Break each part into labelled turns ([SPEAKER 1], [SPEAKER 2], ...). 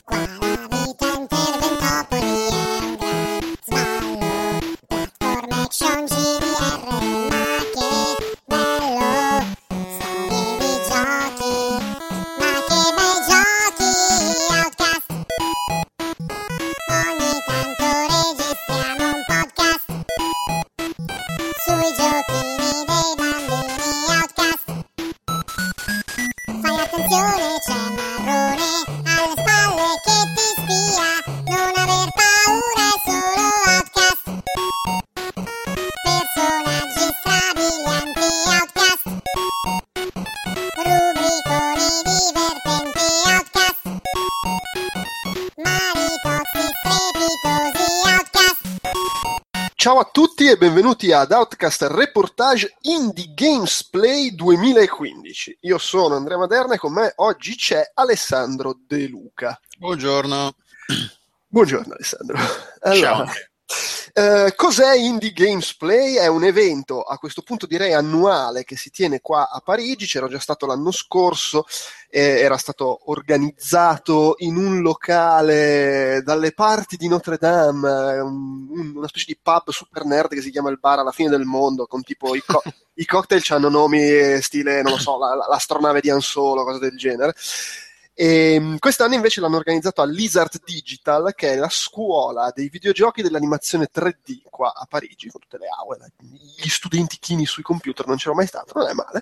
[SPEAKER 1] Qua la vita intervento poi è un gran sballo. Platform action GDR, ma che bello. Storie di giochi, ma che bei giochi. Outcast. Ogni tanto registriamo un podcast sui giochini dei bambini. Outcast. Fai attenzione, c'è Marrone alle spalle che ti spia. Non aver paura, è solo Outcast. Personaggi strabilianti. Outcast. Rubriconi divertenti. Outcast. Maritozzi strepitosi. Outcast.
[SPEAKER 2] Ciao a tutti e benvenuti ad Outcast Reportage Indie Games Play 2015. Io sono Andrea Maderna e con me oggi c'è Alessandro De Luca.
[SPEAKER 3] Buongiorno.
[SPEAKER 2] Buongiorno Alessandro. Allora, cos'è Indie Games Play? È un evento, a questo punto direi annuale, che si tiene qua a Parigi. C'ero già stato l'anno scorso, era stato organizzato in un locale dalle parti di Notre Dame, una specie di pub super nerd che si chiama il Bar alla fine del mondo, con tipo i cocktail c'hanno nomi stile, non lo so, l'astronave di Han Solo, cose del genere. E quest'anno invece l'hanno organizzato a Lizard Digital, che è la scuola dei videogiochi dell'animazione 3D qua a Parigi, con tutte le aule, gli studenti chini sui computer, non c'ero mai stato, non è male.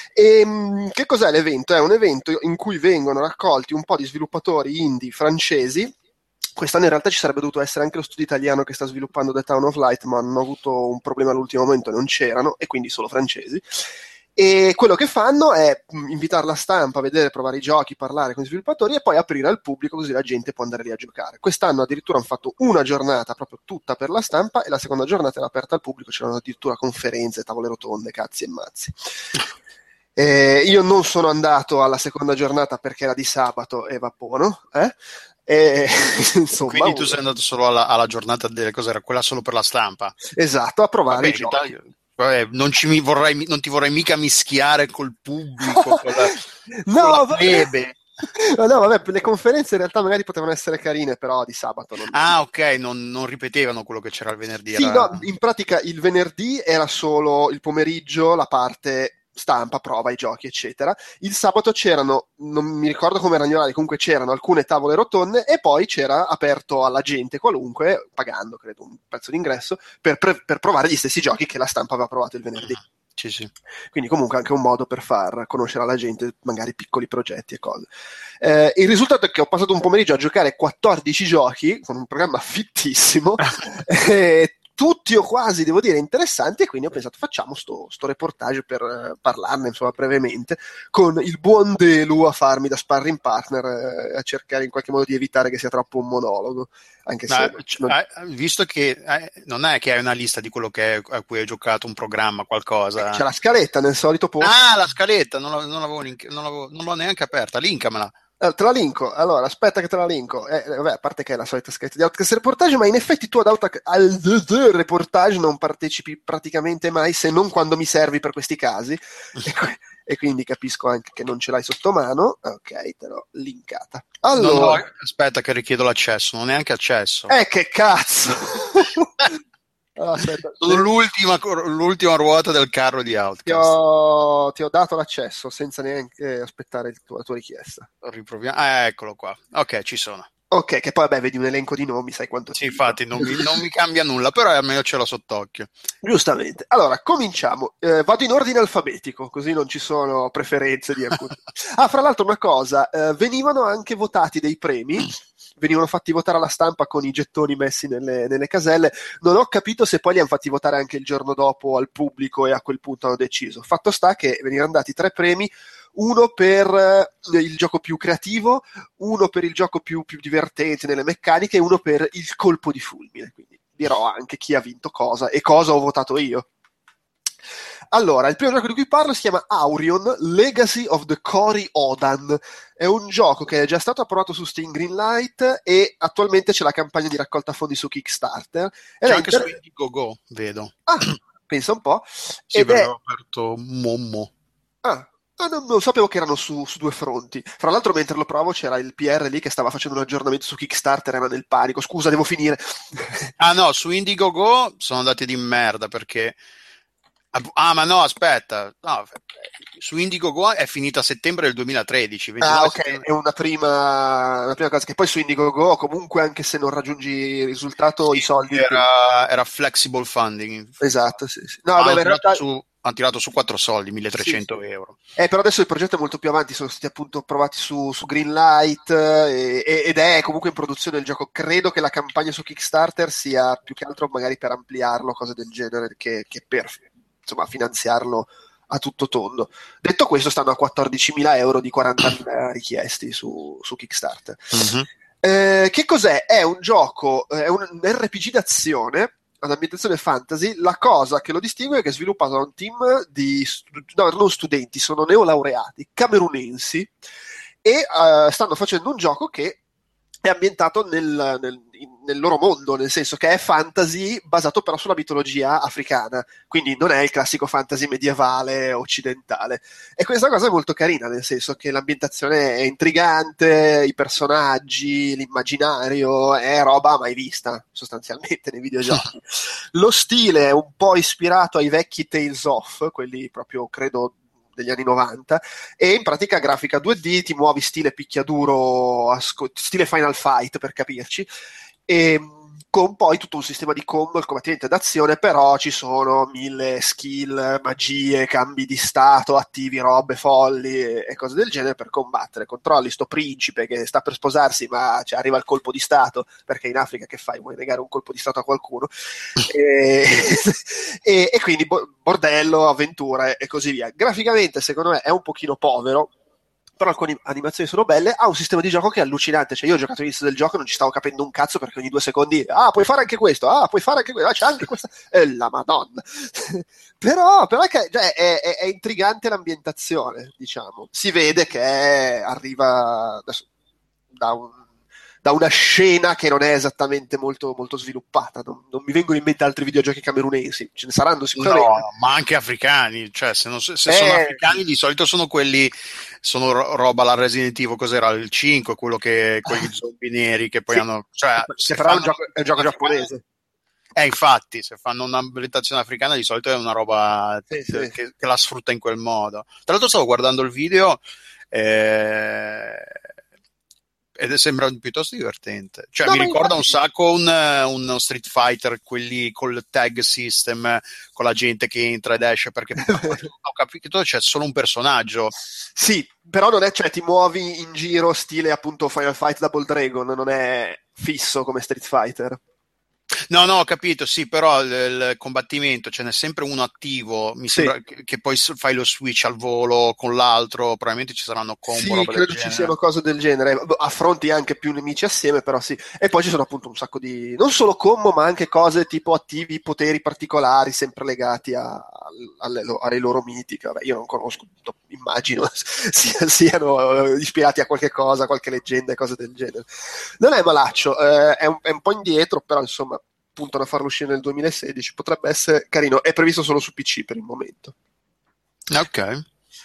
[SPEAKER 2] E che cos'è l'evento? È un evento in cui vengono raccolti un po' di sviluppatori indie francesi. Quest'anno in realtà ci sarebbe dovuto essere anche lo studio italiano che sta sviluppando The Town of Light, ma hanno avuto un problema all'ultimo momento, non c'erano, e quindi solo francesi. E quello che fanno è invitare la stampa a vedere, provare i giochi, parlare con i sviluppatori e poi aprire al pubblico, così la gente può andare lì a giocare. Quest'anno addirittura hanno fatto una giornata proprio tutta per la stampa e la seconda giornata era aperta al pubblico, c'erano addirittura conferenze, tavole rotonde, cazzi e mazzi. Io non sono andato alla seconda giornata perché era di sabato e vapono, insomma,
[SPEAKER 3] quindi tu sei andato solo alla giornata delle cose, era quella solo per la stampa?
[SPEAKER 2] Esatto, a provare i giochi.
[SPEAKER 3] Non ti vorrei mica mischiare col pubblico, con la plebe.
[SPEAKER 2] No, vabbè, le conferenze in realtà magari potevano essere carine, però di sabato non.
[SPEAKER 3] Ah, ok, non ripetevano quello che c'era il venerdì.
[SPEAKER 2] Sì, no, in pratica il venerdì era solo il pomeriggio, la parte stampa, prova i giochi, eccetera. Il sabato c'erano, non mi ricordo come erano gli orari, comunque c'erano alcune tavole rotonde e poi c'era aperto alla gente qualunque, pagando credo un prezzo d'ingresso, per provare gli stessi giochi che la stampa aveva provato il venerdì.
[SPEAKER 3] Sì.
[SPEAKER 2] Quindi comunque anche un modo per far conoscere alla gente magari piccoli progetti e cose. Il risultato è che ho passato un pomeriggio a giocare 14 giochi con un programma fittissimo tutti o quasi, devo dire, interessanti, e quindi ho pensato facciamo sto reportage per parlarne insomma brevemente con il buon Delu a farmi da sparring partner, a cercare in qualche modo di evitare che sia troppo un monologo, anche se
[SPEAKER 3] visto che non è che hai una lista di quello a cui hai giocato, un programma, qualcosa.
[SPEAKER 2] C'è la scaletta nel solito posto.
[SPEAKER 3] La scaletta, non l'ho neanche aperta, linkamela.
[SPEAKER 2] Te la linko, allora aspetta che te la linko. Vabbè, a parte che è la solita scheda di Outcast Reportage, ma in effetti tu al Reportage non partecipi praticamente mai, se non quando mi servi per questi casi, e quindi capisco anche che non ce l'hai sotto mano. Ok, te l'ho linkata. Allora,
[SPEAKER 3] no, aspetta che richiedo l'accesso, non ho neanche accesso.
[SPEAKER 2] Che cazzo!
[SPEAKER 3] Aspetta, sono l'ultima ruota del carro di Outcast.
[SPEAKER 2] Ti ho dato l'accesso senza neanche aspettare la tua richiesta.
[SPEAKER 3] Riproviamo. Eccolo qua. Ok, ci sono.
[SPEAKER 2] Ok, che poi vabbè, vedi un elenco di nomi, sai quanto.
[SPEAKER 3] Sì, infatti non mi cambia nulla, però almeno ce l'ho sott'occhio.
[SPEAKER 2] Giustamente. Allora, cominciamo. Vado in ordine alfabetico, così non ci sono preferenze di alcuni. Fra l'altro una cosa, venivano anche votati dei premi, venivano fatti votare alla stampa con i gettoni messi nelle caselle. Non ho capito se poi li hanno fatti votare anche il giorno dopo al pubblico e a quel punto hanno deciso. Fatto sta che venivano dati 3 premi, uno per il gioco più creativo, uno per il gioco più divertente nelle meccaniche e uno per il colpo di fulmine. Quindi dirò anche chi ha vinto cosa e cosa ho votato io. Allora, il primo gioco di cui parlo si chiama Aurion Legacy of the Cory Odan. È un gioco che è già stato approvato su Steam Greenlight e attualmente c'è la campagna di raccolta fondi su Kickstarter.
[SPEAKER 3] C'è anche su Indiegogo, vedo.
[SPEAKER 2] Pensa un po'.
[SPEAKER 3] Sì, perché ho aperto Mommo.
[SPEAKER 2] Non sapevo che erano su due fronti. Fra l'altro, mentre lo provo, c'era il PR lì che stava facendo un aggiornamento su Kickstarter, era nel panico. Scusa, devo finire.
[SPEAKER 3] Ah no, su Indiegogo sono andati di merda perché... Ah, ma no, aspetta. No, su Indiegogo è finita a settembre del 2013.
[SPEAKER 2] Ok,
[SPEAKER 3] settembre.
[SPEAKER 2] è una prima cosa. Che poi su Indiegogo, comunque, anche se non raggiungi il risultato, i soldi...
[SPEAKER 3] Era flexible funding.
[SPEAKER 2] Esatto, sì. No, beh, in realtà...
[SPEAKER 3] hanno tirato su 4 soldi, 1.300 euro.
[SPEAKER 2] Però adesso il progetto è molto più avanti, sono stati appunto provati su Greenlight ed è comunque in produzione il gioco. Credo che la campagna su Kickstarter sia più che altro magari per ampliarlo, cose del genere, che per insomma finanziarlo a tutto tondo. Detto questo, stanno a 14.000 euro di 40.000 richiesti su Kickstarter.
[SPEAKER 3] Mm-hmm.
[SPEAKER 2] Che cos'è? È un gioco, è un RPG d'azione ad ambientazione fantasy. La cosa che lo distingue è che è sviluppato da un team di non studenti, sono neolaureati camerunensi e stanno facendo un gioco che è ambientato nel loro mondo, nel senso che è fantasy basato però sulla mitologia africana, quindi non è il classico fantasy medievale occidentale. E questa cosa è molto carina, nel senso che l'ambientazione è intrigante, i personaggi, l'immaginario, è roba mai vista sostanzialmente nei videogiochi. Lo stile è un po' ispirato ai vecchi Tales of, quelli proprio credo degli anni 90, e in pratica grafica 2D, ti muovi stile picchiaduro, stile Final Fight per capirci, e con poi tutto un sistema di combo, il combattimento d'azione, però ci sono 1000 skill, magie, cambi di stato, attivi robe folli e cose del genere per combattere. Controlli sto principe che sta per sposarsi, ma arriva il colpo di stato, perché in Africa che fai? Vuoi negare un colpo di stato a qualcuno? e quindi bordello, avventure e così via. Graficamente secondo me è un pochino povero, però alcune animazioni sono belle. Ha un sistema di gioco che è allucinante, cioè io ho giocato all'inizio del gioco e non ci stavo capendo un cazzo, perché ogni 2 secondi puoi fare anche questo, puoi fare anche questo, c'è anche questa, la madonna. però è intrigante l'ambientazione, diciamo. Si vede che arriva adesso da una scena che non è esattamente molto, molto sviluppata. Non mi vengono in mente altri videogiochi camerunesi, ce ne saranno sicuramente.
[SPEAKER 3] No, ma anche africani, cioè se sono africani di solito sono quelli, sono roba la Resident Evil, cos'era il 5, quello che quegli zombie neri che poi hanno, cioè se
[SPEAKER 2] però
[SPEAKER 3] fanno
[SPEAKER 2] è un gioco giapponese.
[SPEAKER 3] Infatti, se fanno un'ambientazione africana di solito è una roba che la sfrutta in quel modo. Tra l'altro stavo guardando il video ed sembra piuttosto divertente, cioè mi ricorda un sacco uno Street Fighter, quelli col tag system, con la gente che entra ed esce, perché ho capito c'è solo un personaggio.
[SPEAKER 2] Sì, però non è, cioè ti muovi in giro stile appunto Final Fight Double Dragon, non è fisso come Street Fighter.
[SPEAKER 3] No, ho capito, sì, però il combattimento ce n'è sempre uno attivo, mi sembra che poi fai lo switch al volo con l'altro, probabilmente ci saranno combo.
[SPEAKER 2] Sì, credo ci siano cose del genere, affronti anche più nemici assieme, però sì. E poi ci sono appunto un sacco di, non solo combo, ma anche cose tipo attivi, poteri particolari, sempre legati alle loro miti, che vabbè, io non conosco, immagino siano ispirati a qualche cosa, qualche leggenda e cose del genere. Non è malaccio, è un po' indietro, però insomma puntano a farlo uscire nel 2016, potrebbe essere carino. È previsto solo su PC per il momento.
[SPEAKER 3] Ok.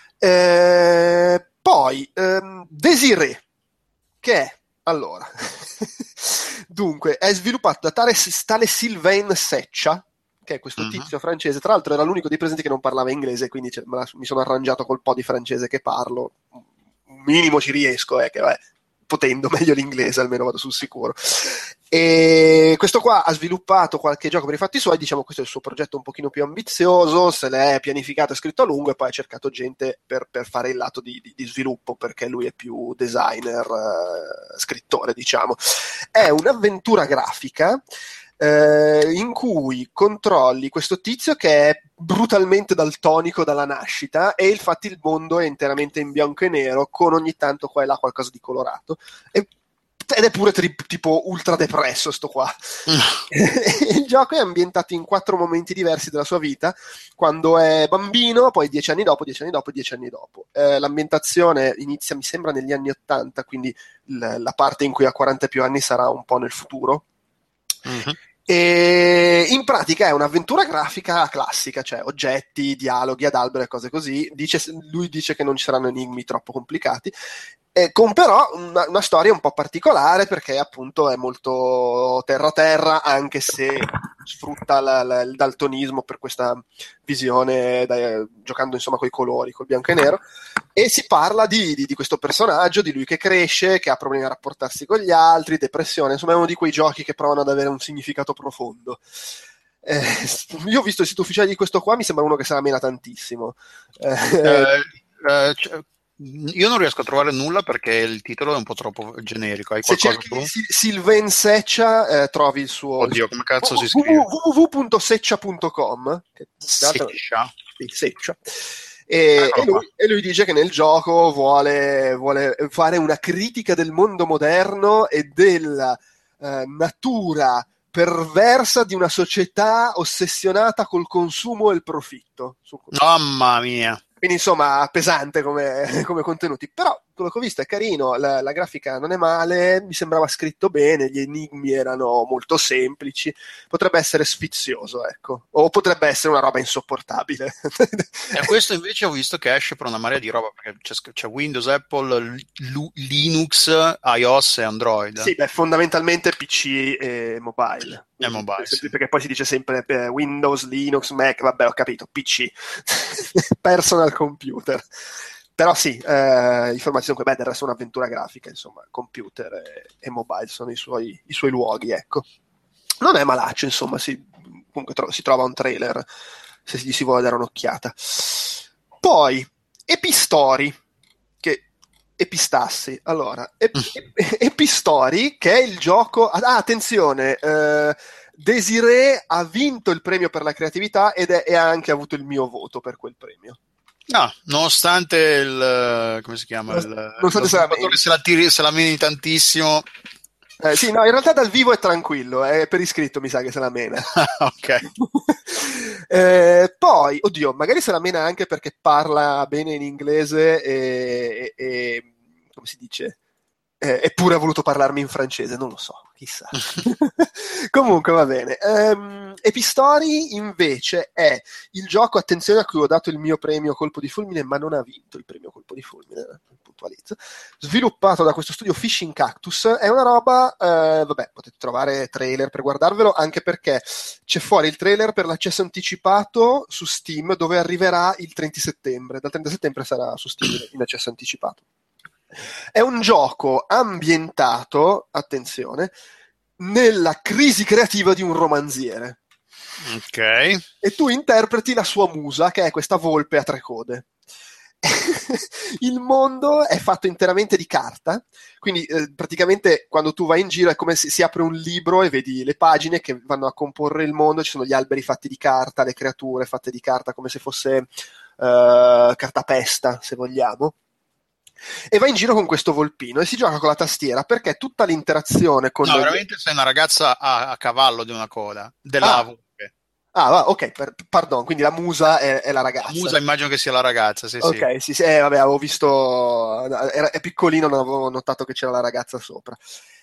[SPEAKER 2] Poi Desiree, che è allora dunque è sviluppato da tale Sylvain Seccia, che è questo tizio francese. Tra l'altro era l'unico dei presenti che non parlava inglese, quindi mi sono arrangiato col po' di francese che parlo, un minimo ci riesco, che vabbè, potendo meglio l'inglese, almeno vado sul sicuro. E questo qua ha sviluppato qualche gioco per i fatti suoi, diciamo questo è il suo progetto un pochino più ambizioso, se l'è pianificato e scritto a lungo, e poi ha cercato gente per fare il lato di sviluppo, perché lui è più designer, scrittore, diciamo. È un'avventura grafica in cui controlli questo tizio che è brutalmente daltonico dalla nascita, e infatti il mondo è interamente in bianco e nero, con ogni tanto qua e là qualcosa di colorato, ed è pure tipo ultra depresso sto qua. Il gioco è ambientato in 4 momenti diversi della sua vita: quando è bambino, poi 10 anni dopo, 10 anni dopo, 10 anni dopo. L'ambientazione inizia, mi sembra, negli anni 80, quindi la parte in cui ha 40 più anni sarà un po' nel futuro. E in pratica è un'avventura grafica classica, cioè oggetti, dialoghi ad albero e cose così. Lui dice che non ci saranno enigmi troppo complicati, con però una storia un po' particolare, perché appunto è molto terra-terra, anche se sfrutta il daltonismo per questa visione, giocando insomma coi colori, col bianco e nero. E si parla di questo personaggio, di lui che cresce, che ha problemi a rapportarsi con gli altri, depressione, insomma è uno di quei giochi che provano ad avere un significato profondo. Io ho visto il sito ufficiale di questo qua, mi sembra uno che se la mena tantissimo.
[SPEAKER 3] Io non riesco a trovare nulla perché il titolo è un po' troppo generico. Hai
[SPEAKER 2] Se
[SPEAKER 3] qualcosa
[SPEAKER 2] cerchi Sylvain Seccia, trovi il suo...
[SPEAKER 3] Oddio, come cazzo si scrive?
[SPEAKER 2] www.seccia.com.
[SPEAKER 3] Seccia?
[SPEAKER 2] Sì, Seccia. E lui dice che nel gioco vuole fare una critica del mondo moderno e della natura perversa di una società ossessionata col consumo e il profitto.
[SPEAKER 3] Mamma mia!
[SPEAKER 2] Quindi insomma pesante come contenuti, però quello che ho visto è carino, la grafica non è male, mi sembrava scritto bene, gli enigmi erano molto semplici, potrebbe essere sfizioso, ecco, o potrebbe essere una roba insopportabile.
[SPEAKER 3] E questo invece ho visto che esce per una marea di roba, perché c'è Windows, Apple, Linux, iOS e Android.
[SPEAKER 2] Sì, beh, fondamentalmente PC e mobile.
[SPEAKER 3] E mobile, sì.
[SPEAKER 2] Perché poi si dice sempre Windows, Linux, Mac, vabbè, ho capito, PC, personal computer. Però sì, i formati sono del resto è un'avventura grafica, insomma, computer e mobile sono i suoi luoghi, ecco. Non è malaccio, insomma, comunque si trova un trailer se gli si vuole dare un'occhiata. Poi, Epistori, Epistassi, allora, Epistori, che è il gioco... attenzione, Desiree ha vinto il premio per la creatività e ha anche avuto il mio voto per quel premio.
[SPEAKER 3] No, nonostante il... come si chiama?
[SPEAKER 2] Nonostante
[SPEAKER 3] se la meni tantissimo...
[SPEAKER 2] sì, no, in realtà dal vivo è tranquillo, per iscritto mi sa che se la mena.
[SPEAKER 3] Ok.
[SPEAKER 2] Poi, oddio, magari se la mena anche perché parla bene in inglese e come si dice? Eppure ha voluto parlarmi in francese, non lo so, chissà. Comunque va bene. Epistori invece è il gioco, attenzione, a cui ho dato il mio premio Colpo di Fulmine, ma non ha vinto il premio Colpo di Fulmine, puntualizzo. Sviluppato da questo studio Fishing Cactus, è una roba, vabbè, potete trovare trailer per guardarvelo, anche perché c'è fuori il trailer per l'accesso anticipato su Steam, dove arriverà il 30 settembre. Dal 30 settembre sarà su Steam in accesso anticipato. È un gioco ambientato, attenzione, nella crisi creativa di un romanziere.
[SPEAKER 3] Ok.
[SPEAKER 2] E tu interpreti la sua musa, che è questa volpe a 3 code. Il mondo è fatto interamente di carta, quindi praticamente quando tu vai in giro è come se si apre un libro e vedi le pagine che vanno a comporre il mondo, ci sono gli alberi fatti di carta, le creature fatte di carta, come se fosse cartapesta, se vogliamo. E va in giro con questo volpino e si gioca con la tastiera, perché tutta l'interazione con...
[SPEAKER 3] No, veramente sei una ragazza a cavallo di una coda, della volpe.
[SPEAKER 2] Ok, pardon, quindi la musa è la ragazza.
[SPEAKER 3] La musa immagino che sia la ragazza, sì.
[SPEAKER 2] Ok, sì, vabbè, avevo visto... è piccolino, non avevo notato che c'era la ragazza sopra.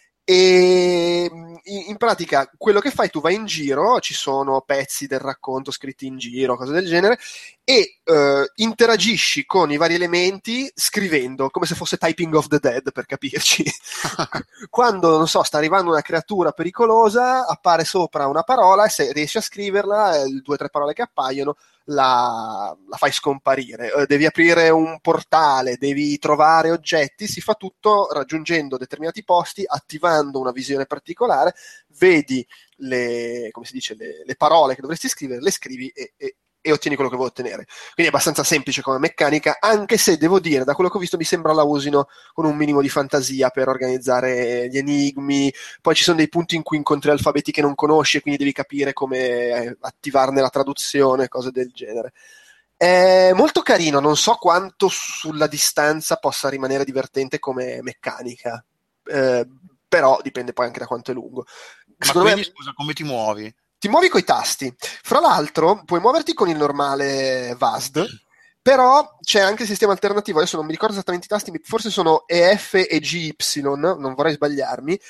[SPEAKER 2] E in pratica quello che fai, tu vai in giro, ci sono pezzi del racconto scritti in giro, cose del genere, e interagisci con i vari elementi scrivendo, come se fosse Typing of the Dead, per capirci. Quando, non so, sta arrivando una creatura pericolosa, appare sopra una parola e se riesci a scriverla, 2 o 3 parole che appaiono, la fai scomparire. Devi aprire un portale, devi trovare oggetti, si fa tutto raggiungendo determinati posti, attivando una visione particolare, vedi le parole che dovresti scrivere, le scrivi e ottieni quello che vuoi ottenere. Quindi è abbastanza semplice come meccanica, anche se devo dire, da quello che ho visto mi sembra la usino con un minimo di fantasia per organizzare gli enigmi. Poi ci sono dei punti in cui incontri alfabeti che non conosci e quindi devi capire come attivarne la traduzione, cose del genere. È molto carino, non so quanto sulla distanza possa rimanere divertente come meccanica, però dipende poi anche da quanto è lungo.
[SPEAKER 3] Ma quindi, scusa, come ti muovi?
[SPEAKER 2] Ti muovi coi tasti. Fra l'altro, puoi muoverti con il normale VASD, però c'è anche il sistema alternativo. Adesso non mi ricordo esattamente i tasti, forse sono EF e GY, non vorrei sbagliarmi,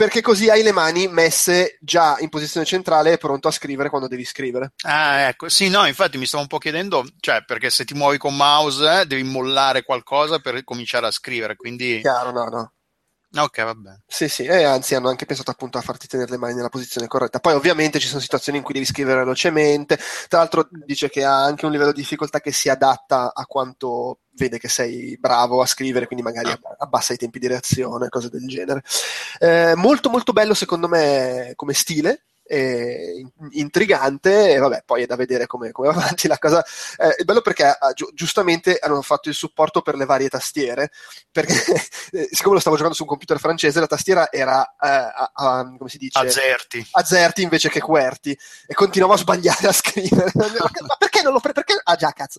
[SPEAKER 2] perché così hai le mani messe già in posizione centrale e pronto a scrivere quando devi scrivere.
[SPEAKER 3] Ah, ecco, sì, no, infatti mi stavo un po' chiedendo, cioè, perché se ti muovi con mouse devi mollare qualcosa per cominciare a scrivere, quindi...
[SPEAKER 2] Chiaro, no.
[SPEAKER 3] Ok, vabbè.
[SPEAKER 2] Sì, e anzi hanno anche pensato appunto a farti tenere le mani nella posizione corretta. Poi ovviamente ci sono situazioni in cui devi scrivere velocemente, tra l'altro dice che ha anche un livello di difficoltà che si adatta a quanto vede che sei bravo a scrivere, quindi magari abbassa i tempi di reazione, cose del genere. Molto molto bello secondo me come stile, intrigante, e vabbè, poi è da vedere come va avanti la cosa. È bello perché giustamente hanno fatto il supporto per le varie tastiere, perché siccome lo stavo giocando su un computer francese, la tastiera era come si dice? Azerty invece che QWERTY, e continuavo a sbagliare a scrivere. Ma perché non lo perché? Ah già, cazzo.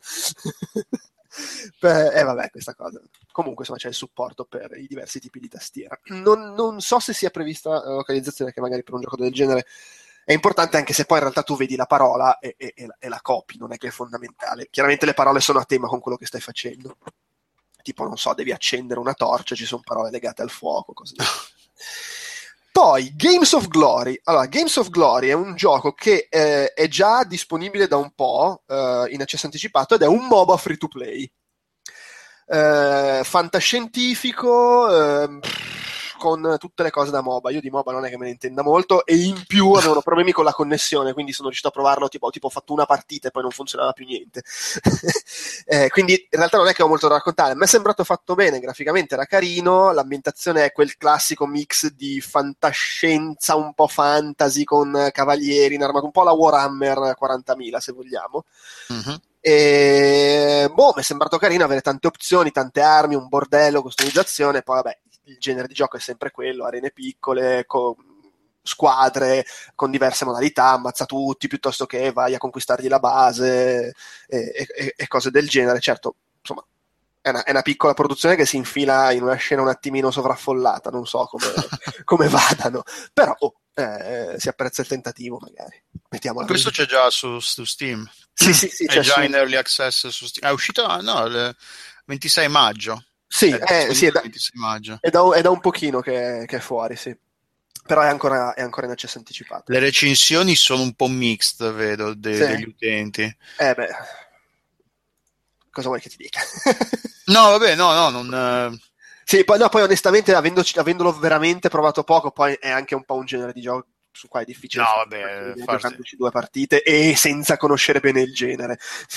[SPEAKER 2] Vabbè, questa cosa. Comunque, insomma, c'è il supporto per i diversi tipi di tastiera. Non so se sia prevista la localizzazione, che magari per un gioco del genere è importante, anche se poi in realtà tu vedi la parola e la copi, non è che è fondamentale. Chiaramente le parole sono a tema con quello che stai facendo. Tipo, non so, devi accendere una torcia, ci sono parole legate al fuoco, così. Poi, Games of Glory. Allora, Games of Glory è un gioco che è già disponibile da un po' in accesso anticipato, ed è un MOBA free to play. Fantascientifico, con tutte le cose da MOBA. Io di MOBA non è che me ne intenda molto, e in più avevano problemi con la connessione, quindi sono riuscito a provarlo, tipo ho fatto una partita e poi non funzionava più niente. Quindi in realtà non è che ho molto da raccontare. Mi è sembrato fatto bene, graficamente era carino, l'ambientazione è quel classico mix di fantascienza, un po' fantasy, con cavalieri in armatura, un po' la Warhammer 40.000 se vogliamo.
[SPEAKER 3] Mm-hmm.
[SPEAKER 2] E mi è sembrato carino avere tante opzioni, tante armi, un bordello, customizzazione. Poi vabbè, il genere di gioco è sempre quello, arene piccole, squadre con diverse modalità, ammazza tutti piuttosto che vai a conquistargli la base e cose del genere. Certo, insomma, è una piccola produzione che si infila in una scena un attimino sovraffollata, non so come vadano, però si apprezza il tentativo, magari. Mettiamola
[SPEAKER 3] questo
[SPEAKER 2] così.
[SPEAKER 3] c'è già su Steam.
[SPEAKER 2] Sì,
[SPEAKER 3] è già in early access su Steam. È uscito il 26 maggio.
[SPEAKER 2] Sì,
[SPEAKER 3] il 26 maggio.
[SPEAKER 2] È da un pochino che è fuori, sì. Però è ancora in accesso anticipato.
[SPEAKER 3] Le recensioni sono un po' mixed, vedo, degli utenti.
[SPEAKER 2] Cosa vuoi che ti dica?
[SPEAKER 3] No, vabbè, no, non...
[SPEAKER 2] Sì, poi onestamente, avendolo veramente provato poco, poi è anche un po' un genere di gioco su cui è difficile giocandoci 2 partite e senza conoscere bene il genere.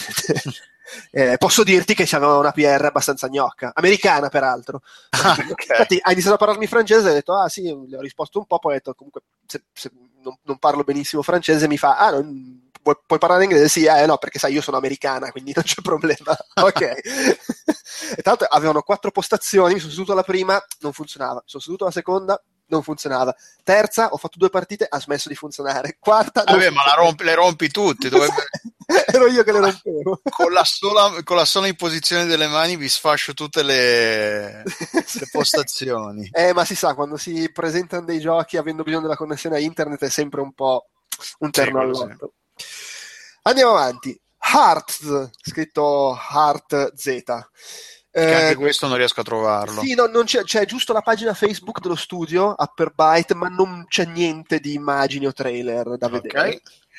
[SPEAKER 2] Posso dirti che c'aveva una PR abbastanza gnocca, americana peraltro.
[SPEAKER 3] Okay.
[SPEAKER 2] Infatti hai iniziato a parlarmi francese, ho detto sì, le ho risposto un po', poi ho detto comunque se non parlo benissimo francese, mi fa puoi parlare inglese? Sì, no, perché sai io sono americana, quindi non c'è problema. Ok. E tra l'altro avevano 4 postazioni, mi sono seduto alla prima, non funzionava, mi sono seduto alla seconda, non funzionava, terza ho fatto 2 partite, ha smesso di funzionare, quarta
[SPEAKER 3] vabbè, ma le rompi tutte.
[SPEAKER 2] Ero io che le rompevo.
[SPEAKER 3] Con la sola imposizione delle mani vi sfascio tutte le postazioni.
[SPEAKER 2] Ma si sa, quando si presentano dei giochi avendo bisogno della connessione a internet è sempre un po' un terno all'otto. Sì. Andiamo avanti. Hearts, scritto Heart Z.
[SPEAKER 3] Anche questo non riesco a trovarlo.
[SPEAKER 2] Sì, non c'è giusto la pagina Facebook dello studio Upperbyte, ma non c'è niente di immagini o trailer da vedere.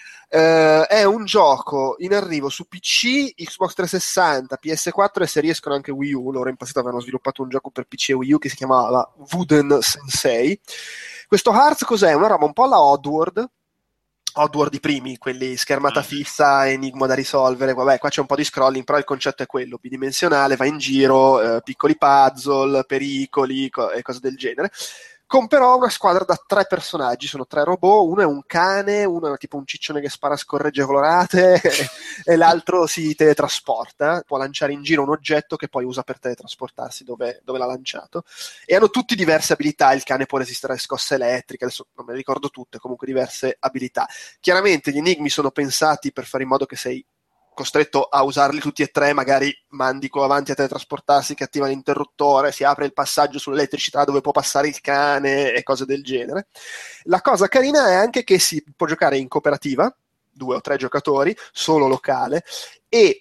[SPEAKER 2] È un gioco in arrivo su PC, Xbox 360, PS4 e se riescono anche Wii U. Loro in passato avevano sviluppato un gioco per PC e Wii U che si chiamava Wooden Sensei. Questo Hearts cos'è? Una roba un po' alla Oddworld i primi, quelli schermata fissa, enigma da risolvere. Vabbè, qua c'è un po' di scrolling, però il concetto è quello, bidimensionale, vai in giro, piccoli puzzle, pericoli e cose del genere. Con però una squadra da 3 personaggi, sono 3 robot, uno è un cane, uno è tipo un ciccione che spara scorregge colorate e l'altro si teletrasporta, può lanciare in giro un oggetto che poi usa per teletrasportarsi dove l'ha lanciato, e hanno tutti diverse abilità. Il cane può resistere alle scosse elettriche, adesso non me le ricordo tutte, comunque diverse abilità. Chiaramente gli enigmi sono pensati per fare in modo che sei costretto a usarli tutti e 3, magari mandi quello avanti a teletrasportarsi che attiva l'interruttore, si apre il passaggio sull'elettricità dove può passare il cane e cose del genere. La cosa carina è anche che si può giocare in cooperativa, 2 o 3 giocatori, solo locale, e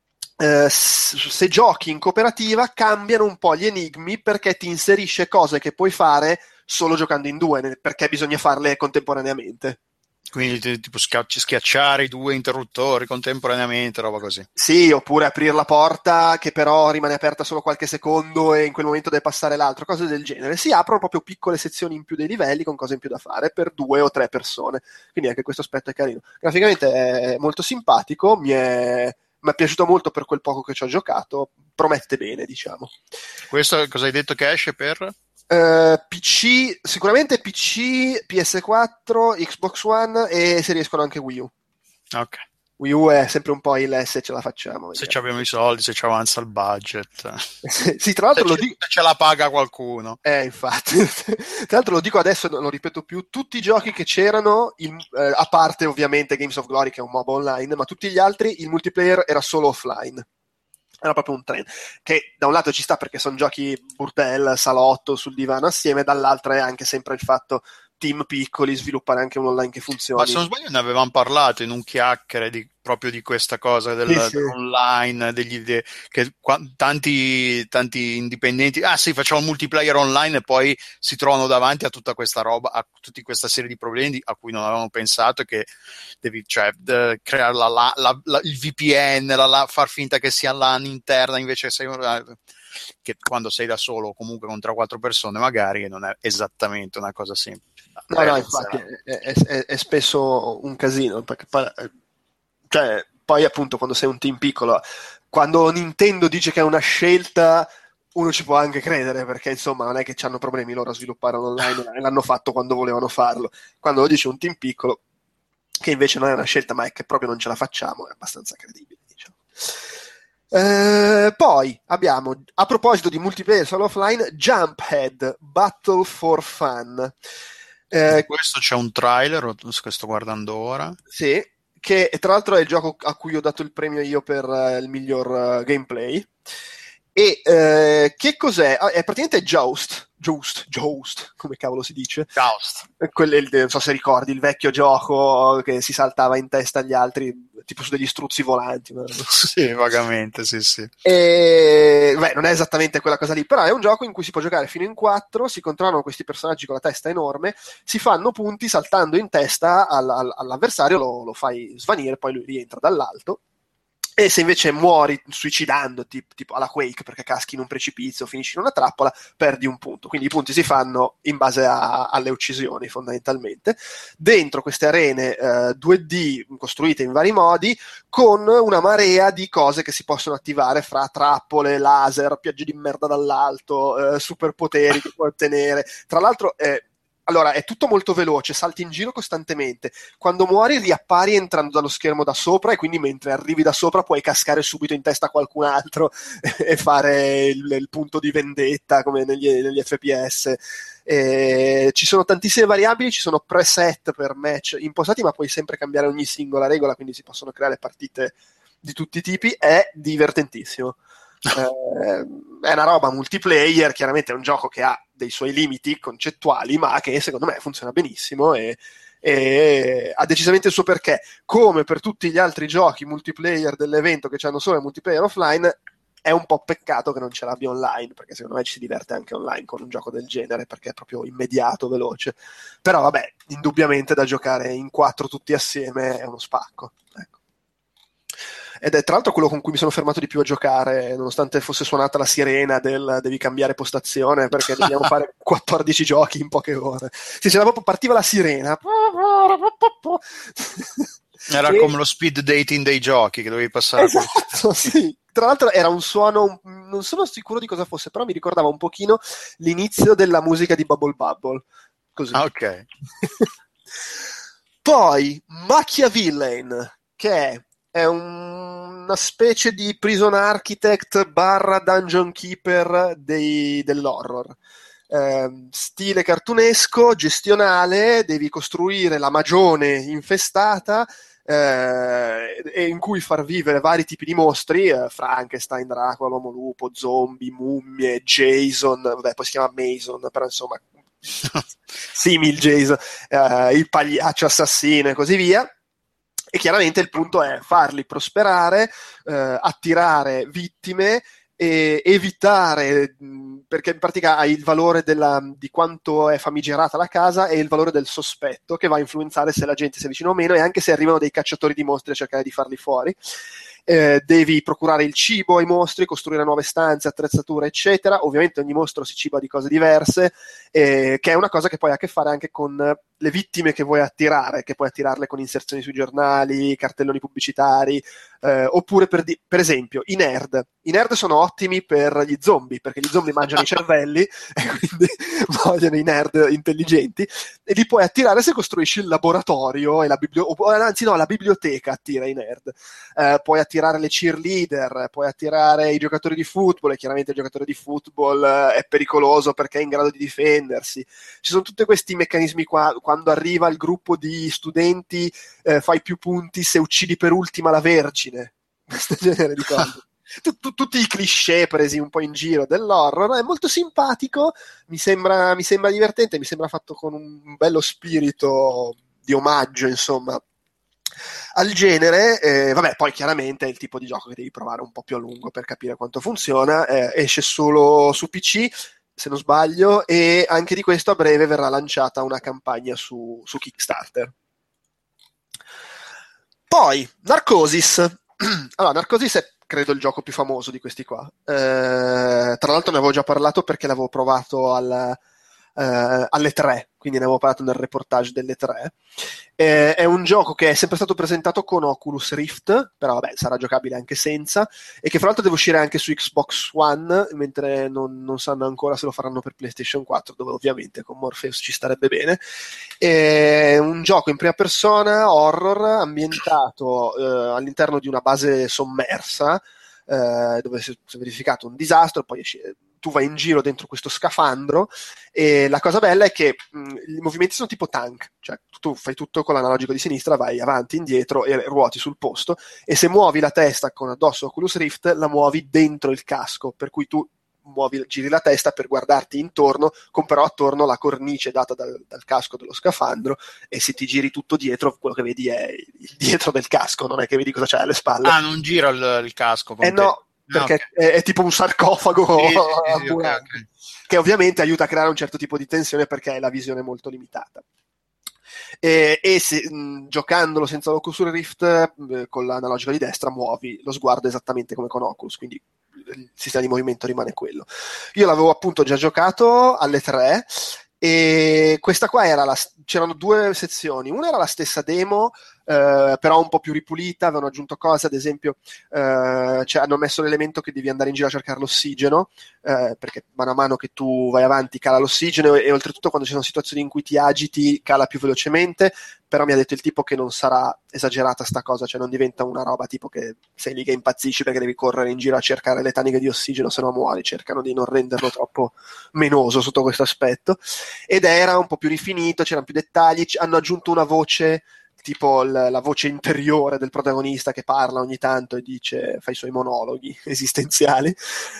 [SPEAKER 2] se giochi in cooperativa cambiano un po' gli enigmi perché ti inserisce cose che puoi fare solo giocando in due, perché bisogna farle contemporaneamente.
[SPEAKER 3] Quindi tipo schiacciare i due interruttori contemporaneamente, roba così.
[SPEAKER 2] Sì, oppure aprire la porta che però rimane aperta solo qualche secondo e in quel momento deve passare l'altro, cose del genere. Si aprono proprio piccole sezioni in più dei livelli con cose in più da fare per 2 o 3 persone. Quindi anche questo aspetto è carino. Graficamente è molto simpatico, mi è piaciuto molto per quel poco che ci ho giocato, promette bene, diciamo.
[SPEAKER 3] Questo cosa hai detto che esce per?
[SPEAKER 2] PC, sicuramente PC, PS4, Xbox One e se riescono anche Wii U.
[SPEAKER 3] Ok.
[SPEAKER 2] Wii U è sempre un po' il se ce la facciamo.
[SPEAKER 3] Se ci abbiamo i soldi, se ci avanza il budget.
[SPEAKER 2] Sì, tra l'altro
[SPEAKER 3] se ce la paga qualcuno.
[SPEAKER 2] Infatti. Tra l'altro lo dico adesso, non lo ripeto più, tutti i giochi che c'erano, a parte ovviamente Games of Glory che è un MOBA online, ma tutti gli altri il multiplayer era solo offline. Era proprio un trend, che da un lato ci sta perché sono giochi burdel, salotto, sul divano assieme, dall'altro è anche sempre il fatto team piccoli, sviluppare anche un online che funzioni.
[SPEAKER 3] Ma se non sbaglio ne avevamo parlato in un chiacchiere proprio di questa cosa dell'online, che tanti indipendenti, sì, facciamo multiplayer online e poi si trovano davanti a tutta questa roba, a tutta questa serie di problemi a cui non avevamo pensato, e che devi creare il VPN, far finta che sia LAN interna invece che quando sei da solo o comunque con 3-4 persone magari non è esattamente una cosa semplice.
[SPEAKER 2] No, infatti è spesso un casino, perché poi appunto quando sei un team piccolo, quando Nintendo dice che è una scelta, uno ci può anche credere, perché insomma non è che hanno problemi loro a sviluppare online e l'hanno fatto quando volevano farlo. Quando lo dice un team piccolo, che invece non è una scelta ma è che proprio non ce la facciamo, è abbastanza credibile, diciamo. Poi abbiamo, a proposito di multiplayer solo offline, Jumphead Battle for Fun.
[SPEAKER 3] Questo c'è un trailer che sto guardando ora.
[SPEAKER 2] Sì, che tra l'altro è il gioco a cui ho dato il premio io per il miglior gameplay. E che cos'è? È praticamente Joust, come cavolo si dice?
[SPEAKER 3] Joust.
[SPEAKER 2] Non so se ricordi il vecchio gioco che si saltava in testa agli altri, tipo su degli struzzi volanti.
[SPEAKER 3] Sì, vagamente, sì.
[SPEAKER 2] E non è esattamente quella cosa lì, però è un gioco in cui si può giocare fino in 4, si controllano questi personaggi con la testa enorme, si fanno punti saltando in testa all'avversario, lo fai svanire, poi lui rientra dall'alto. E se invece muori suicidando, tipo alla Quake, perché caschi in un precipizio, finisci in una trappola, perdi un punto. Quindi i punti si fanno in base alle uccisioni, fondamentalmente. Dentro queste arene 2D costruite in vari modi, con una marea di cose che si possono attivare fra trappole, laser, piagge di merda dall'alto, superpoteri che puoi ottenere. Tra l'altro allora, è tutto molto veloce, salti in giro costantemente. Quando muori riappari entrando dallo schermo da sopra e quindi mentre arrivi da sopra puoi cascare subito in testa a qualcun altro e fare il punto di vendetta come negli FPS. Ci sono tantissime variabili, ci sono preset per match impostati, ma puoi sempre cambiare ogni singola regola, quindi si possono creare partite di tutti i tipi. È divertentissimo. È una roba multiplayer, chiaramente è un gioco che ha dei suoi limiti concettuali, ma che secondo me funziona benissimo e ha decisamente il suo perché. Come per tutti gli altri giochi multiplayer dell'evento che hanno solo il multiplayer offline, è un po' peccato che non ce l'abbia online, perché secondo me ci si diverte anche online con un gioco del genere, perché è proprio immediato, veloce. Però vabbè, indubbiamente da giocare in 4 tutti assieme è uno spacco, ecco. Ed è tra l'altro quello con cui mi sono fermato di più a giocare, nonostante fosse suonata la sirena del devi cambiare postazione perché dobbiamo fare 14 giochi in poche ore. Sì, c'era proprio, partiva la sirena.
[SPEAKER 3] Era come lo speed dating dei giochi che dovevi passare.
[SPEAKER 2] Esatto, sì. Tra l'altro era un suono, non sono sicuro di cosa fosse, però mi ricordava un pochino l'inizio della musica di Bubble Bubble. Così.
[SPEAKER 3] Ok.
[SPEAKER 2] Poi Machiavillain, che è una specie di prison architect / dungeon keeper dell'horror. Stile cartunesco, gestionale, devi costruire la magione infestata e in cui far vivere vari tipi di mostri, Frankenstein, Dracula, l'uomo lupo, zombie, mummie, Jason, vabbè, poi si chiama Mason, però insomma simil Jason, il pagliaccio assassino e così via. E chiaramente il punto è farli prosperare, attirare vittime e evitare, perché in pratica hai il valore di quanto è famigerata la casa e il valore del sospetto, che va a influenzare se la gente si avvicina o meno, e anche se arrivano dei cacciatori di mostri a cercare di farli fuori. Devi procurare il cibo ai mostri, costruire nuove stanze, attrezzature, eccetera. Ovviamente ogni mostro si ciba di cose diverse, che è una cosa che poi ha a che fare anche con le vittime che vuoi attirare, che puoi attirarle con inserzioni sui giornali, cartelloni pubblicitari, oppure per esempio i nerd. I nerd sono ottimi per gli zombie, perché gli zombie mangiano i cervelli e quindi vogliono i nerd intelligenti, e li puoi attirare se costruisci il laboratorio e la biblioteca attira i nerd. Puoi attirare le cheerleader, puoi attirare i giocatori di football, e chiaramente il giocatore di football è pericoloso perché è in grado di difendersi. Ci sono tutti questi meccanismi qua. Quando arriva il gruppo di studenti, fai più punti se uccidi per ultima la Vergine, questo genere di cose. Tutti i cliché presi un po' in giro dell'horror. È molto simpatico, mi sembra divertente, mi sembra fatto con un bello spirito di omaggio, insomma, al genere. Vabbè, poi chiaramente è il tipo di gioco che devi provare un po' più a lungo per capire quanto funziona. Esce solo su PC, se non sbaglio, e anche di questo a breve verrà lanciata una campagna su Kickstarter. Poi Narcosis. Allora, Narcosis è credo il gioco più famoso di questi qua. Tra l'altro ne avevo già parlato perché l'avevo provato alle 3, quindi ne avevo parlato nel reportage delle 3. È un gioco che è sempre stato presentato con Oculus Rift, però vabbè, sarà giocabile anche senza, e che fra l'altro deve uscire anche su Xbox One, mentre non sanno ancora se lo faranno per PlayStation 4, dove ovviamente con Morpheus ci starebbe bene. È un gioco in prima persona, horror, ambientato all'interno di una base sommersa, dove si è verificato un disastro, poi tu vai in giro dentro questo scafandro, e la cosa bella è che i movimenti sono tipo tank, cioè tu fai tutto con l'analogico di sinistra, vai avanti, indietro e ruoti sul posto, e se muovi la testa con addosso Oculus Rift la muovi dentro il casco, per cui tu giri la testa per guardarti intorno, con però attorno la cornice data dal casco dello scafandro, e se ti giri tutto dietro, quello che vedi è il dietro del casco, non è che vedi cosa c'è alle spalle.
[SPEAKER 3] Ah, non gira il casco con te.
[SPEAKER 2] No, perché
[SPEAKER 3] okay.
[SPEAKER 2] è tipo un sarcofago
[SPEAKER 3] sì, okay.
[SPEAKER 2] che ovviamente aiuta a creare un certo tipo di tensione perché hai la visione molto limitata. E se, giocandolo senza l'Oculus Rift, con l'analogico di destra muovi lo sguardo esattamente come con Oculus, quindi il sistema di movimento rimane quello. Io l'avevo appunto già giocato alle 3, e questa qua c'erano 2 sezioni. Una era la stessa demo, però un po' più ripulita, avevano aggiunto cose, ad esempio hanno messo l'elemento che devi andare in giro a cercare l'ossigeno, perché mano a mano che tu vai avanti cala l'ossigeno, e oltretutto quando ci sono situazioni in cui ti agiti cala più velocemente. Però mi ha detto il tipo che non sarà esagerata sta cosa, cioè non diventa una roba tipo che sei lì che impazzisci perché devi correre in giro a cercare le taniche di ossigeno, se no muori. Cercano di non renderlo troppo menoso sotto questo aspetto, ed era un po' più rifinito, c'erano più dettagli, hanno aggiunto una voce tipo la voce interiore del protagonista che parla ogni tanto e fa i suoi monologhi esistenziali,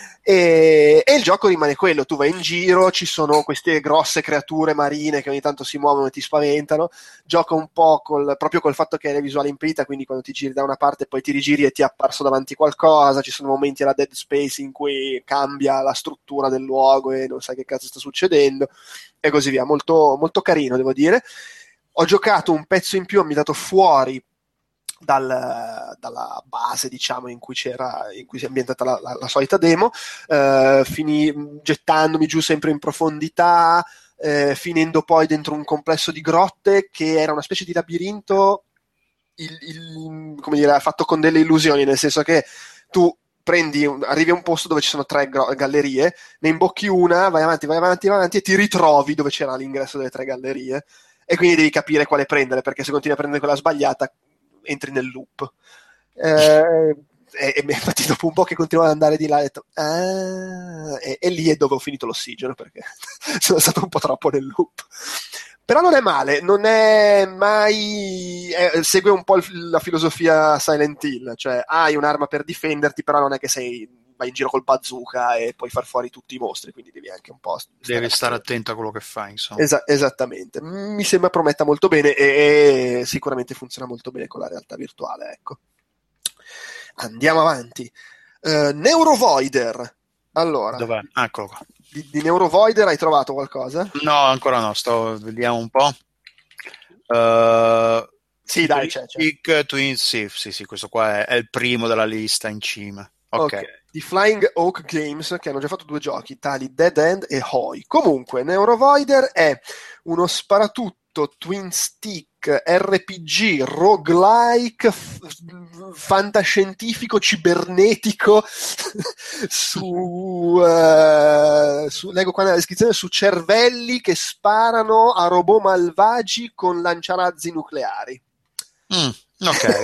[SPEAKER 2] e il gioco rimane quello. Tu vai in giro, ci sono queste grosse creature marine che ogni tanto si muovono e ti spaventano. Gioca un po' proprio col fatto che è visuale impedita, quindi quando ti giri da una parte poi ti rigiri e ti è apparso davanti qualcosa. Ci sono momenti alla Dead Space in cui cambia la struttura del luogo e non sai che cazzo sta succedendo, e così via. Molto, molto carino, devo dire. Ho giocato un pezzo in più, mi è dato fuori dalla base, diciamo, in cui si è ambientata la solita demo, gettandomi giù sempre in profondità, finendo poi dentro un complesso di grotte che era una specie di labirinto, come dire, fatto con delle illusioni, nel senso che tu arrivi a un posto dove ci sono 3 gallerie, ne imbocchi una, vai avanti e ti ritrovi dove c'era l'ingresso delle 3 gallerie, e quindi devi capire quale prendere, perché se continui a prendere quella sbagliata entri nel loop. E infatti dopo un po' che continuavo ad andare di là ho detto e lì è dove ho finito l'ossigeno, perché sono stato un po' troppo nel loop. Però non è male, non è mai segue un po' la filosofia Silent Hill, cioè hai un'arma per difenderti, però non è che vai in giro col bazooka e puoi far fuori tutti i mostri, quindi devi anche un po'
[SPEAKER 3] stare attento a quello che fai, insomma.
[SPEAKER 2] Esattamente, mi sembra prometta molto bene, e sicuramente funziona molto bene con la realtà virtuale, ecco. Andiamo avanti. Neurovoider. Allora,
[SPEAKER 3] dov'è? Eccolo qua.
[SPEAKER 2] Di Neurovoider hai trovato qualcosa?
[SPEAKER 3] No, ancora no, vediamo un po'.
[SPEAKER 2] Sì, dai, c'è.
[SPEAKER 3] Twin, sì, questo qua è il primo della lista in cima. Ok.
[SPEAKER 2] Di Flying Oak Games, che hanno già fatto 2 giochi, tali Dead End e Hoi. Comunque, Neurovoider è uno sparatutto twin stick RPG roguelike fantascientifico cibernetico leggo qua nella descrizione, su cervelli che sparano a robot malvagi con lanciarazzi nucleari.
[SPEAKER 3] Ok.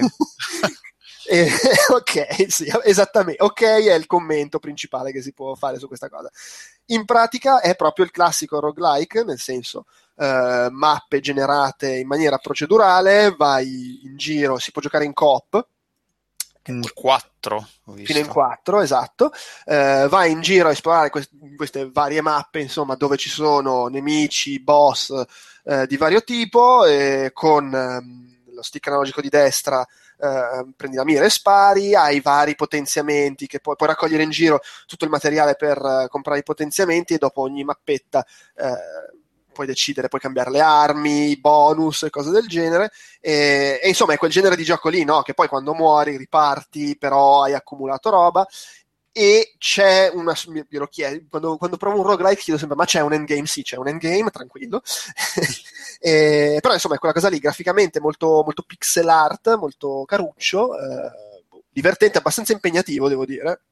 [SPEAKER 2] Ok, sì, esattamente. Ok, è il commento principale che si può fare su questa cosa. In pratica è proprio il classico roguelike, nel senso mappe generate in maniera procedurale, vai in giro, si può giocare in coop.
[SPEAKER 3] In 4
[SPEAKER 2] fino in 4, esatto. Vai in giro a esplorare queste varie mappe, insomma, dove ci sono nemici, boss di vario tipo, con lo stick analogico di destra prendi la mira e spari, hai vari potenziamenti che puoi raccogliere in giro tutto il materiale per comprare i potenziamenti, e dopo ogni mappetta puoi decidere, puoi cambiare le armi, bonus e cose del genere, e insomma è quel genere di gioco lì, no? Che poi quando muori riparti, però hai accumulato roba. E c'è una, io lo chiedo, quando provo un roguelike chiedo sempre, ma c'è un endgame? Sì, c'è un endgame, tranquillo. Però insomma è quella cosa lì, graficamente molto, molto pixel art, molto caruccio, divertente, abbastanza impegnativo, devo dire.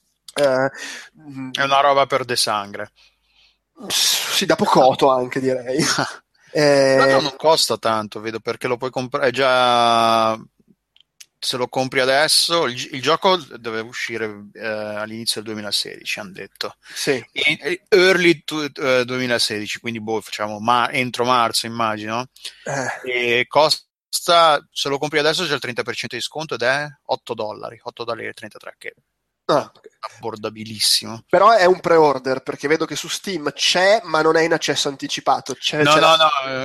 [SPEAKER 3] È una roba per de sangre.
[SPEAKER 2] Sì, da pocotto anche, direi.
[SPEAKER 3] No, non costa tanto, vedo, perché lo puoi comprare già. Se lo compri adesso, il gioco deve uscire all'inizio del 2016, hanno detto.
[SPEAKER 2] Sì.
[SPEAKER 3] Early 2016, quindi facciamo entro marzo, immagino. E costa, se lo compri adesso c'è il 30% di sconto ed è $8, $8.33, che è abbordabilissimo.
[SPEAKER 2] Però è un pre-order, perché vedo che su Steam c'è, ma non è in accesso anticipato.
[SPEAKER 3] No.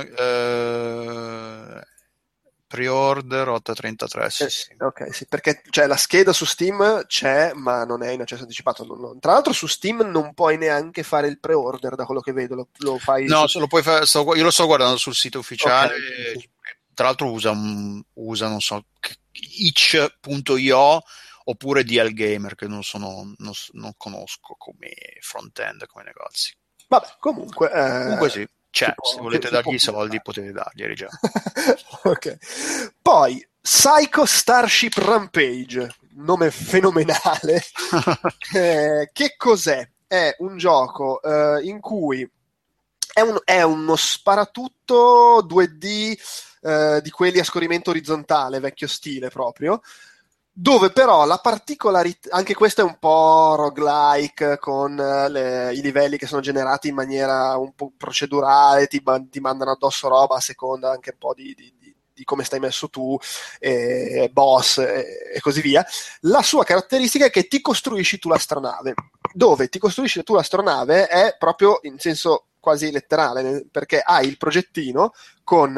[SPEAKER 3] Pre-order 8.33, sì.
[SPEAKER 2] Ok, sì, perché la scheda su Steam c'è, ma non è in accesso anticipato. Tra l'altro su Steam non puoi neanche fare il pre-order, da quello che vedo, lo fai.
[SPEAKER 3] No, lo puoi fare, io lo sto guardando sul sito ufficiale.
[SPEAKER 2] Okay, sì.
[SPEAKER 3] Tra l'altro usa non so, itch.io oppure DL Gamer, che non conosco come front-end, come negozi.
[SPEAKER 2] Vabbè, comunque
[SPEAKER 3] sì. Se volete dargli i soldi potete darglieli già.
[SPEAKER 2] Ok. Poi Psycho Starship Rampage, nome fenomenale. Che cos'è? È un gioco in cui è uno sparatutto 2D di quelli a scorrimento orizzontale, vecchio stile proprio, dove però la particolarità, anche questo è un po' roguelike, con i livelli che sono generati in maniera un po' procedurale, ti mandano addosso roba a seconda anche un po' di come stai messo tu, boss e così via. La sua caratteristica è che ti costruisci tu l'astronave. Dove ti costruisci tu l'astronave è proprio in senso quasi letterale, perché hai il progettino con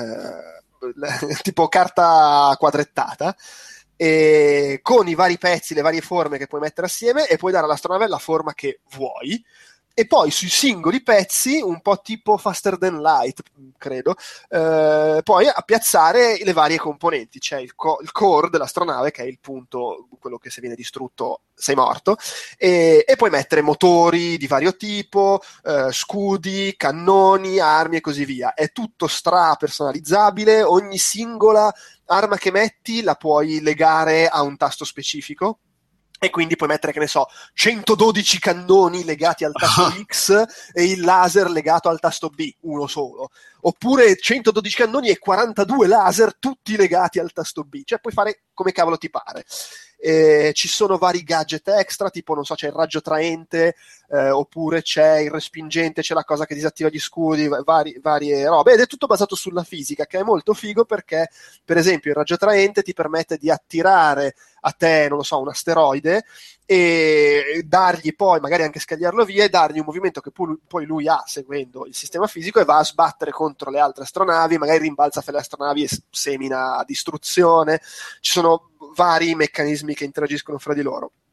[SPEAKER 2] tipo carta quadrettata, e con i vari pezzi, le varie forme che puoi mettere assieme, e puoi dare all'astronave la forma che vuoi, e poi sui singoli pezzi, un po' tipo Faster Than Light, credo, poi a piazzare le varie componenti. C'è il core dell'astronave, che è il punto, quello che se viene distrutto sei morto, e puoi mettere motori di vario tipo, scudi, cannoni, armi e così via. È tutto stra personalizzabile, ogni singola arma che metti la puoi legare a un tasto specifico, e quindi puoi mettere, che ne so, 112 cannoni legati al tasto X e il laser legato al tasto B, uno solo. Oppure 112 cannoni e 42 laser tutti legati al tasto B. Cioè puoi fare come cavolo ti pare. Ci sono vari gadget extra, tipo, non so, c'è il raggio traente, oppure c'è il respingente, c'è la cosa che disattiva gli scudi, varie robe, ed è tutto basato sulla fisica, che è molto figo, perché per esempio il raggio traente ti permette di attirare a te, non lo so, un asteroide, e dargli poi, magari anche scagliarlo via, e dargli un movimento che poi lui ha seguendo il sistema fisico, e va a sbattere contro le altre astronavi, magari rimbalza fra le astronavi e semina distruzione. Ci sono vari meccanismi che interagiscono fra di loro.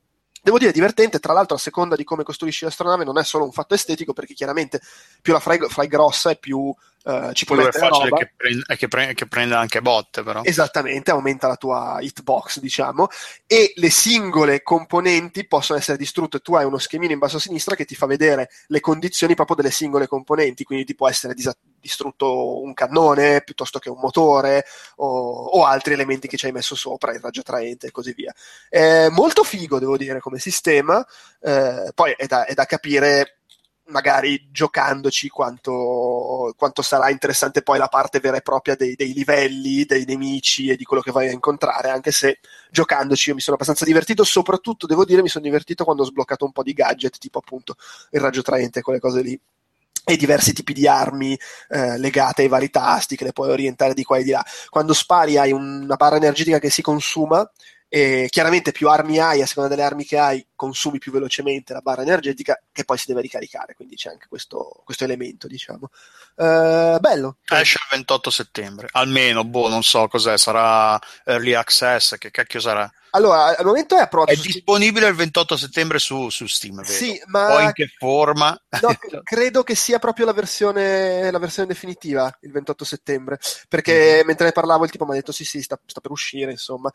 [SPEAKER 2] Devo dire divertente, tra l'altro a seconda di come costruisci l'astronave non è solo un fatto estetico, perché chiaramente più la fai grossa e più ci puoi mettere
[SPEAKER 3] è facile
[SPEAKER 2] roba.
[SPEAKER 3] che prenda anche botte, però.
[SPEAKER 2] Esattamente, aumenta la tua hitbox, diciamo, e le singole componenti possono essere distrutte. Tu hai uno schemino in basso a sinistra che ti fa vedere le condizioni proprio delle singole componenti, quindi ti può essere distrutto un cannone piuttosto che un motore o altri elementi che ci hai messo sopra, il raggio attraente e così via. È molto figo, devo dire, come sistema, poi è da capire magari giocandoci quanto sarà interessante poi la parte vera e propria dei livelli, dei nemici e di quello che vai a incontrare, anche se giocandoci io mi sono abbastanza divertito, soprattutto devo dire mi sono divertito quando ho sbloccato un po' di gadget, tipo appunto il raggio traente e quelle cose lì, e diversi tipi di armi legate ai vari tasti che le puoi orientare di qua e di là. Quando spari hai una barra energetica che si consuma, e chiaramente più armi hai, a seconda delle armi che hai, consumi più velocemente la barra energetica, che poi si deve ricaricare, quindi c'è anche questo elemento, diciamo. Bello.
[SPEAKER 3] Esce il 28 settembre, almeno, non so cos'è, sarà Early Access, che cacchio sarà?
[SPEAKER 2] Allora, al momento è approvato.
[SPEAKER 3] È disponibile il 28 settembre su Steam, vedo.
[SPEAKER 2] Sì, ma
[SPEAKER 3] poi in che forma?
[SPEAKER 2] No, credo che sia proprio la versione definitiva, il 28 settembre, perché mentre ne parlavo il tipo mi ha detto sì, sta per uscire, insomma.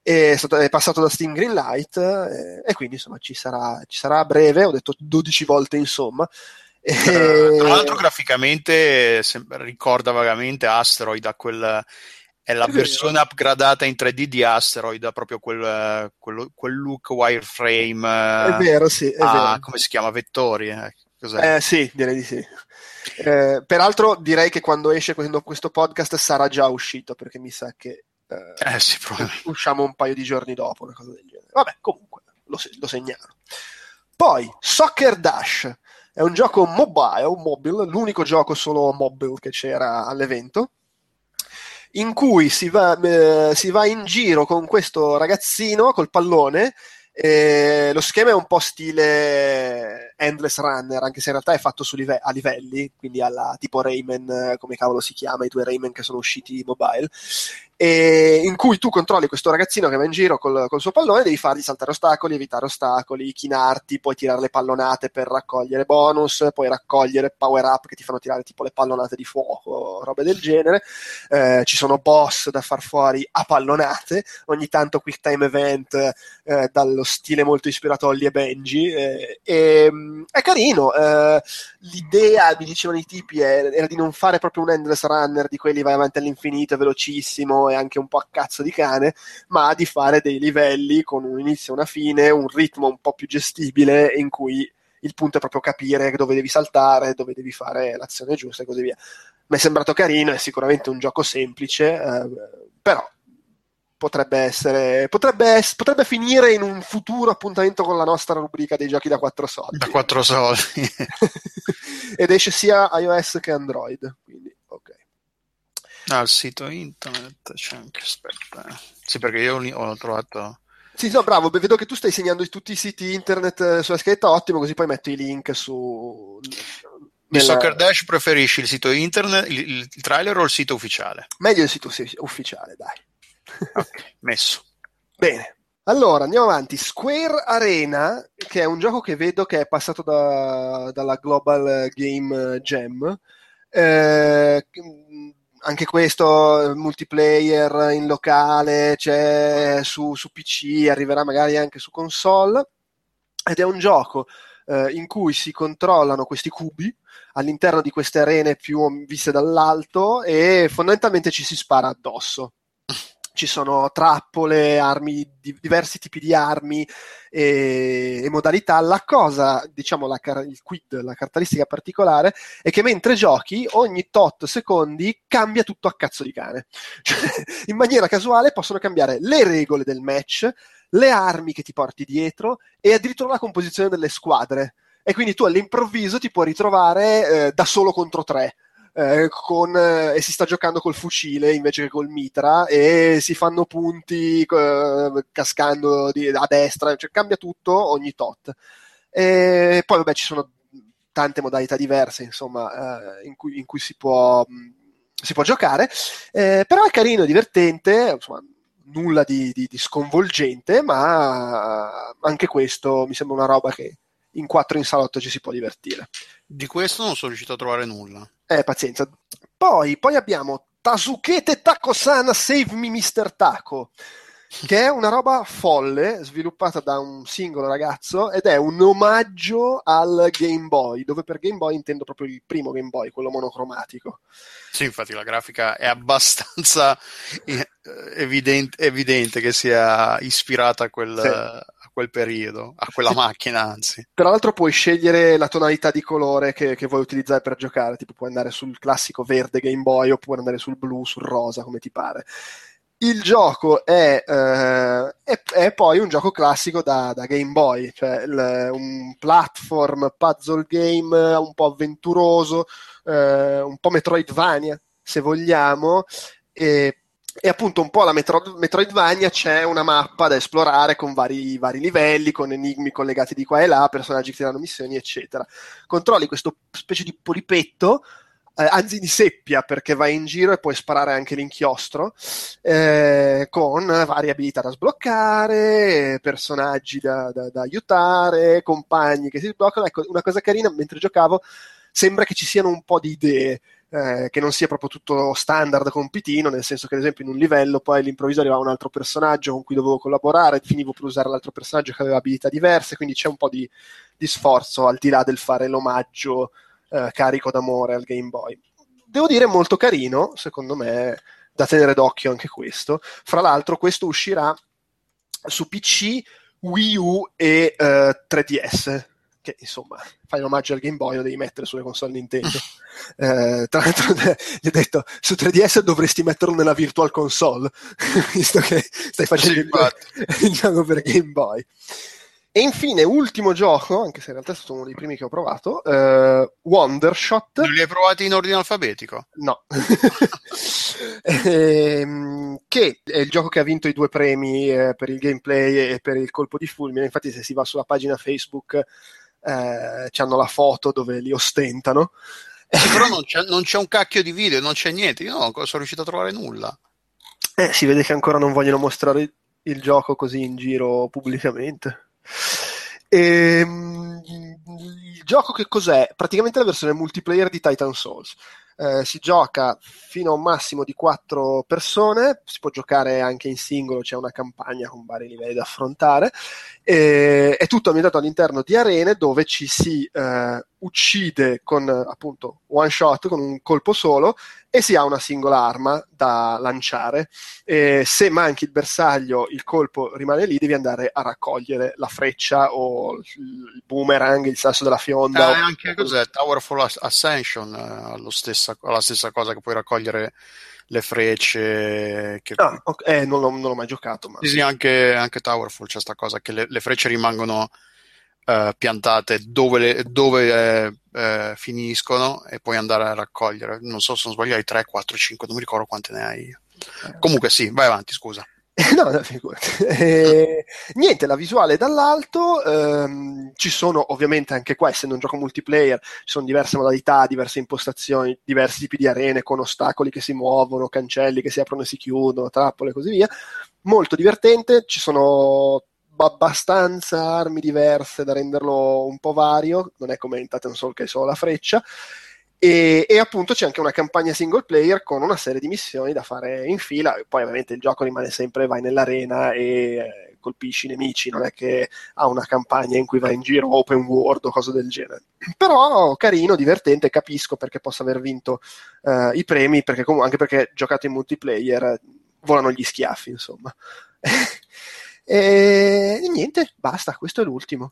[SPEAKER 2] È passato da Steam Greenlight e quindi insomma ci sarà a breve, ho detto 12 volte insomma.
[SPEAKER 3] Tra l'altro graficamente ricorda vagamente Asteroid, è la versione upgradata in 3D di Asteroid, ha proprio quel look wireframe.
[SPEAKER 2] È vero, sì, è vero.
[SPEAKER 3] Come si chiama? Vettori? Cos'è?
[SPEAKER 2] Sì, direi di sì. Peraltro direi che quando esce questo podcast sarà già uscito, perché mi sa che
[SPEAKER 3] sì,
[SPEAKER 2] usciamo un paio di giorni dopo, una cosa del genere. Vabbè, comunque lo segnalo. Poi Soccer Dash è un gioco mobile, l'unico gioco solo mobile che c'era all'evento, in cui si va in giro con questo ragazzino col pallone. Lo schema è un po' stile Endless Runner, anche se in realtà è fatto a livelli, quindi alla tipo Rayman, come cavolo si chiama, i 2 Rayman che sono usciti mobile, e in cui tu controlli questo ragazzino che va in giro col suo pallone, devi fargli saltare ostacoli, evitare ostacoli, chinarti, puoi tirare le pallonate per raccogliere bonus, puoi raccogliere power up che ti fanno tirare tipo le pallonate di fuoco, robe del genere. Ci sono boss da far fuori a pallonate, ogni tanto quick time event dallo stile molto ispirato a Holly e Benji, è carino. L'idea, mi dicevano i tipi, era di non fare proprio un endless runner di quelli vai avanti all'infinito, è velocissimo e anche un po' a cazzo di cane, ma di fare dei livelli con un inizio e una fine, un ritmo un po' più gestibile, in cui il punto è proprio capire dove devi saltare, dove devi fare l'azione giusta e così via. Mi è sembrato carino, è sicuramente un gioco semplice, però potrebbe finire in un futuro appuntamento con la nostra rubrica dei giochi da 4 soldi.
[SPEAKER 3] Da 4 soldi.
[SPEAKER 2] Ed esce sia iOS che Android, quindi ok.
[SPEAKER 3] Al sito internet c'è anche, aspetta. Sì, perché io ho trovato...
[SPEAKER 2] Sì, no, bravo, vedo che tu stai segnando tutti i siti internet sulla scheda, ottimo, così poi metto i link su...
[SPEAKER 3] Di Soccer Dash preferisci il sito internet, il trailer o il sito ufficiale?
[SPEAKER 2] Meglio il sito ufficiale, dai.
[SPEAKER 3] Ok, messo.
[SPEAKER 2] Bene. Allora, andiamo avanti. Square Arena, che è un gioco che vedo che è passato dalla Global Game Jam. Anche questo multiplayer in locale, c'è su PC, arriverà magari anche su console, ed è un gioco in cui si controllano questi cubi all'interno di queste arene più viste dall'alto e fondamentalmente ci si spara addosso. Ci sono trappole, armi, diversi tipi di armi e modalità. La cosa, diciamo, il quid, la caratteristica particolare è che mentre giochi, ogni tot secondi cambia tutto a cazzo di cane. Cioè, in maniera casuale possono cambiare le regole del match, le armi che ti porti dietro e addirittura la composizione delle squadre. E quindi tu all'improvviso ti puoi ritrovare da solo contro 3. E si sta giocando col fucile invece che col mitra e si fanno punti cascando a destra, cioè cambia tutto ogni tot. E poi vabbè ci sono tante modalità diverse insomma in cui si può giocare, però è carino, è divertente, insomma nulla di sconvolgente, ma anche questo mi sembra una roba che in 4 in salotto ci si può divertire.
[SPEAKER 3] Di questo non sono riuscito a trovare nulla.
[SPEAKER 2] Pazienza. Poi abbiamo Tasukete Tako-san Save Me Mr. Tako, che è una roba folle sviluppata da un singolo ragazzo ed è un omaggio al Game Boy, dove per Game Boy intendo proprio il primo Game Boy, quello monocromatico.
[SPEAKER 3] Sì, infatti la grafica è abbastanza evidente che sia ispirata a quel periodo, a quella macchina, anzi.
[SPEAKER 2] Tra l'altro puoi scegliere la tonalità di colore che vuoi utilizzare per giocare, tipo puoi andare sul classico verde Game Boy oppure andare sul blu, sul rosa, come ti pare. Il gioco è poi un gioco classico da Game Boy, cioè un platform puzzle game un po' avventuroso, un po' Metroidvania, se vogliamo, e appunto un po' la Metroidvania, c'è una mappa da esplorare con vari livelli, con enigmi collegati di qua e là, personaggi che ti danno missioni, eccetera. Controlli questo specie di polipetto, anzi di seppia, perché vai in giro e puoi sparare anche l'inchiostro, con varie abilità da sbloccare, personaggi da aiutare, compagni che si sbloccano. Ecco, una cosa carina, mentre giocavo, sembra che ci siano un po' di idee, che non sia proprio tutto standard compitino, nel senso che ad esempio in un livello poi all'improvviso arrivava un altro personaggio con cui dovevo collaborare, finivo per usare l'altro personaggio che aveva abilità diverse, quindi c'è un po' di sforzo al di là del fare l'omaggio carico d'amore al Game Boy. Devo dire molto carino, secondo me, da tenere d'occhio anche questo. Fra l'altro questo uscirà su PC, Wii U e 3DS, che insomma fai un omaggio al Game Boy, lo devi mettere sulle console Nintendo. Tra l'altro gli ho detto, su 3DS dovresti metterlo nella Virtual Console, visto che stai facendo il gioco per Game Boy. E infine, ultimo gioco, anche se in realtà è stato uno dei primi che ho provato, Wondershot.
[SPEAKER 3] Non li hai provati in ordine alfabetico?
[SPEAKER 2] No. Che è il gioco che ha vinto i 2 premi per il gameplay e per il colpo di fulmine. Infatti se si va sulla pagina Facebook c'hanno la foto dove li ostentano.
[SPEAKER 3] Però non c'è un cacchio di video, non c'è niente. Io non sono riuscito a trovare nulla.
[SPEAKER 2] Si vede che ancora non vogliono mostrare il gioco così in giro pubblicamente. Il gioco che cos'è? Praticamente la versione multiplayer di Titan Souls. Si gioca fino a un massimo di 4 persone, si può giocare anche in singolo, c'è una campagna con vari livelli da affrontare, è tutto ambientato all'interno di arene dove ci si uccide con appunto one shot, con un colpo solo, e si ha una singola arma da lanciare. Se manchi il bersaglio, il colpo rimane lì, devi andare a raccogliere la freccia o il boomerang, il sasso della fionda.
[SPEAKER 3] Anche cos'è? Towerful Ascension, la stessa cosa, che puoi raccogliere le frecce.
[SPEAKER 2] Non l'ho mai giocato. Ma...
[SPEAKER 3] Sì, anche Towerful c'è sta cosa che le frecce rimangono piantate dove finiscono e puoi andare a raccogliere. Non so se non sbaglio, hai 3, 4, 5, non mi ricordo quante ne hai io. Comunque sì, vai avanti, scusa.
[SPEAKER 2] No, figurati. Niente, la visuale dall'alto, ci sono ovviamente anche qua, essendo un gioco multiplayer, ci sono diverse modalità, diverse impostazioni, diversi tipi di arene con ostacoli che si muovono, cancelli che si aprono e si chiudono, trappole e così via. Molto divertente, ci sono abbastanza armi diverse da renderlo un po' vario, non è come in Titan Souls che è solo la freccia. E appunto c'è anche una campagna single player con una serie di missioni da fare in fila. Poi ovviamente il gioco rimane sempre, vai nell'arena e colpisci i nemici, non è che ha una campagna in cui vai in giro open world o cose del genere. Però carino, divertente, capisco perché possa aver vinto i premi, perché anche perché giocato in multiplayer volano gli schiaffi, insomma. E niente, basta, questo è l'ultimo.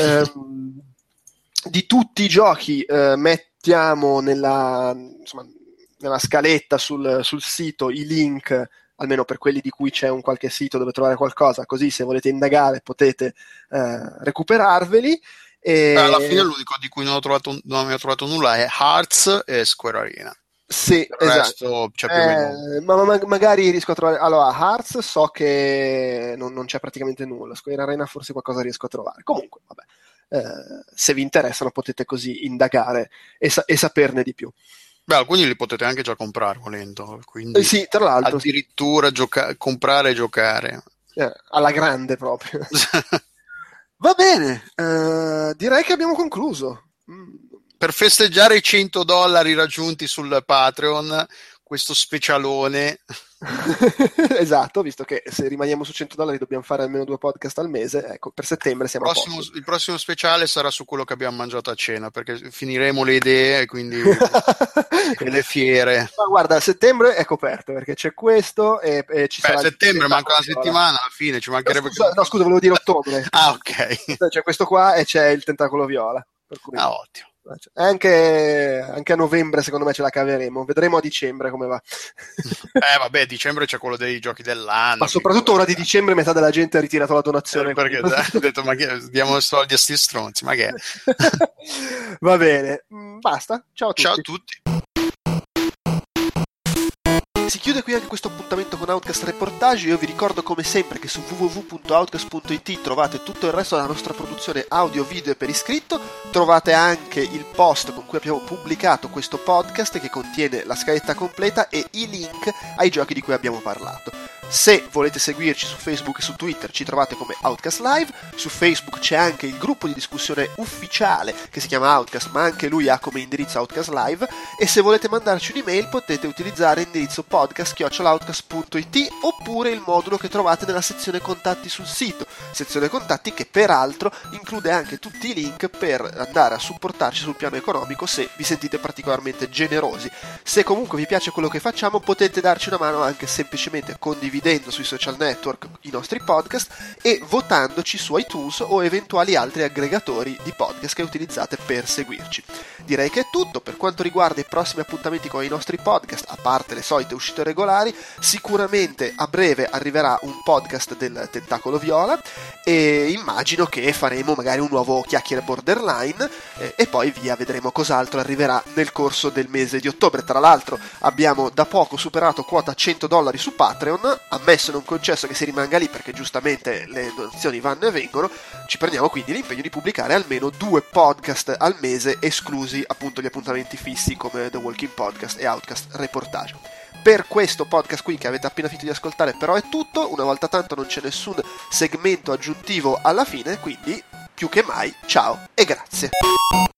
[SPEAKER 2] Di tutti i giochi mettiamo nella scaletta sul sito i link, almeno per quelli di cui c'è un qualche sito dove trovare qualcosa, così se volete indagare potete recuperarveli.
[SPEAKER 3] Alla fine l'unico di cui non abbiamo trovato nulla è Hearts e Square Arena.
[SPEAKER 2] Sì, esatto.
[SPEAKER 3] C'è più o meno.
[SPEAKER 2] Ma magari riesco a trovare. Allora, Hearts so che non c'è praticamente nulla. Square Arena forse qualcosa riesco a trovare. Comunque, vabbè. Se vi interessano potete così indagare e saperne di più.
[SPEAKER 3] Beh, alcuni li potete anche già comprare volendo, quindi
[SPEAKER 2] sì, tra l'altro.
[SPEAKER 3] Addirittura comprare e giocare.
[SPEAKER 2] Alla grande proprio. Va bene, direi che abbiamo concluso.
[SPEAKER 3] Per festeggiare i $100 raggiunti sul Patreon, questo specialone.
[SPEAKER 2] Esatto, visto che se rimaniamo su $100 dobbiamo fare almeno 2 podcast al mese, ecco, per settembre siamo a posto.
[SPEAKER 3] Il prossimo speciale sarà su quello che abbiamo mangiato a cena, perché finiremo le idee, quindi e le fiere.
[SPEAKER 2] Ma guarda, settembre è coperto, perché c'è questo e ci sarà...
[SPEAKER 3] settembre manca una settimana, alla fine ci mancherebbe...
[SPEAKER 2] No, scusa, volevo dire ottobre.
[SPEAKER 3] Ah, ok.
[SPEAKER 2] C'è questo qua e c'è il tentacolo viola. Per cui...
[SPEAKER 3] ottimo.
[SPEAKER 2] Anche a novembre secondo me ce la caveremo, vedremo a dicembre come va.
[SPEAKER 3] Vabbè, dicembre c'è quello dei giochi dell'anno,
[SPEAKER 2] ma soprattutto ora di dicembre metà della gente ha ritirato la donazione,
[SPEAKER 3] perché ha detto ma che diamo soldi a sti stronzi, ma che
[SPEAKER 2] va bene, basta, ciao a tutti. Si chiude qui anche questo appuntamento con Outcast Reportage. Io vi ricordo come sempre che su www.outcast.it trovate tutto il resto della nostra produzione audio, video e per iscritto. Trovate anche il post con cui abbiamo pubblicato questo podcast, che contiene la scaletta completa e i link ai giochi di cui abbiamo parlato. Se volete seguirci su Facebook e su Twitter ci trovate come Outcast Live. Su Facebook c'è anche il gruppo di discussione ufficiale che si chiama Outcast, ma anche lui ha come indirizzo Outcast Live. E se volete mandarci un'email potete utilizzare l'indirizzo podcast@outcast.it oppure il modulo che trovate nella sezione contatti sul sito, sezione contatti che peraltro include anche tutti i link per andare a supportarci sul piano economico se vi sentite particolarmente generosi. Se comunque vi piace quello che facciamo potete darci una mano anche semplicemente condividendo sui social network i nostri podcast e votandoci su iTunes o eventuali altri aggregatori di podcast che utilizzate per seguirci. Direi che è tutto. Per quanto riguarda i prossimi appuntamenti con i nostri podcast, a parte le solite uscite regolari, sicuramente a breve arriverà un podcast del Tentacolo Viola e immagino che faremo magari un nuovo Chiacchiere Borderline e poi via, vedremo cos'altro arriverà nel corso del mese di ottobre. Tra l'altro abbiamo da poco superato quota $100 su Patreon, ammesso non concesso che si rimanga lì perché giustamente le donazioni vanno e vengono. Ci prendiamo quindi l'impegno di pubblicare almeno 2 podcast al mese, esclusi appunto gli appuntamenti fissi come The Walking Podcast e Outcast Reportage. Per questo podcast qui che avete appena finito di ascoltare però è tutto. Una volta tanto non c'è nessun segmento aggiuntivo alla fine, quindi più che mai ciao e grazie.